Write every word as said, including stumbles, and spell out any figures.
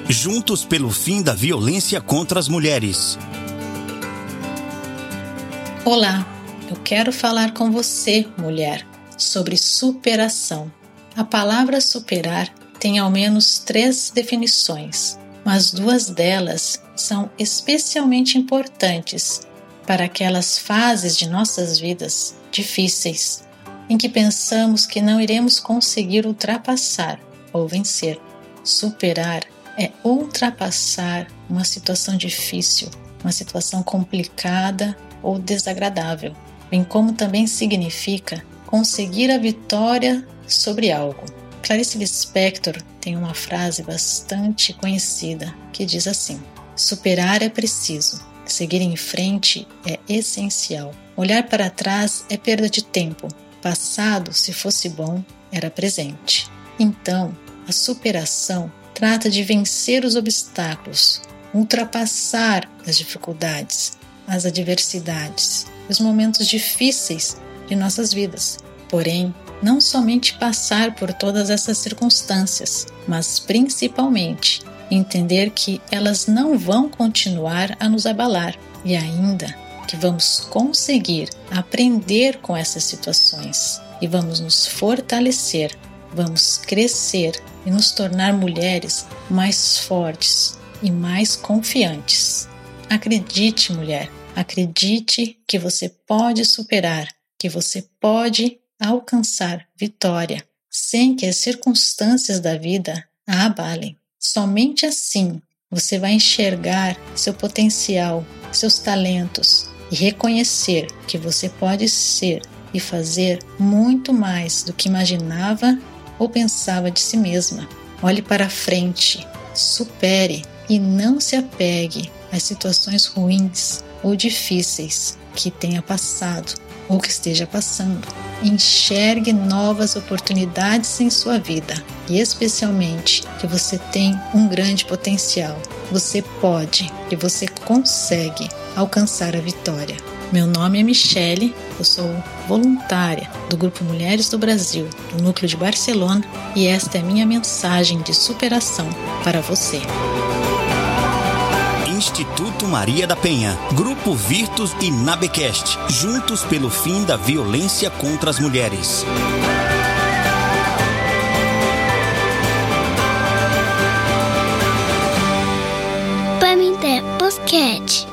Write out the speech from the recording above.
Juntos pelo fim da violência contra as mulheres. Olá, eu quero falar com você, mulher, sobre superação. A palavra superar tem ao menos três definições, mas duas delas são especialmente importantes para aquelas fases de nossas vidas difíceis, em que pensamos que não iremos conseguir ultrapassar ou vencer. Superar é ultrapassar uma situação difícil, uma situação complicada ou desagradável, bem como também significa conseguir a vitória sobre algo. Clarice Lispector tem uma frase bastante conhecida que diz assim: superar é preciso, seguir em frente é essencial, olhar para trás é perda de tempo, passado, se fosse bom, era presente. Então, a superação trata de vencer os obstáculos, ultrapassar as dificuldades, as adversidades, os momentos difíceis de nossas vidas. Porém, não somente passar por todas essas circunstâncias, mas principalmente entender que elas não vão continuar a nos abalar e ainda que vamos conseguir aprender com essas situações e vamos nos fortalecer, vamos crescer e nos tornar mulheres mais fortes e mais confiantes. Acredite, mulher, acredite que você pode superar, que você pode alcançar vitória, sem que as circunstâncias da vida a abalem. Somente assim você vai enxergar seu potencial, seus talentos e reconhecer que você pode ser e fazer muito mais do que imaginava ou pensava de si mesma. Olhe para frente, supere e não se apegue às situações ruins ou difíceis que tenha passado ou que esteja passando. Enxergue novas oportunidades em sua vida e especialmente que você tem um grande potencial. Você pode e você consegue alcançar a vitória. Meu nome é Michele, eu sou voluntária do Grupo Mulheres do Brasil, do Núcleo de Barcelona, e esta é minha mensagem de superação para você. Instituto Maria da Penha, Grupo Virtus e Nabecast, juntos pelo fim da violência contra as mulheres. Pamité Podcast.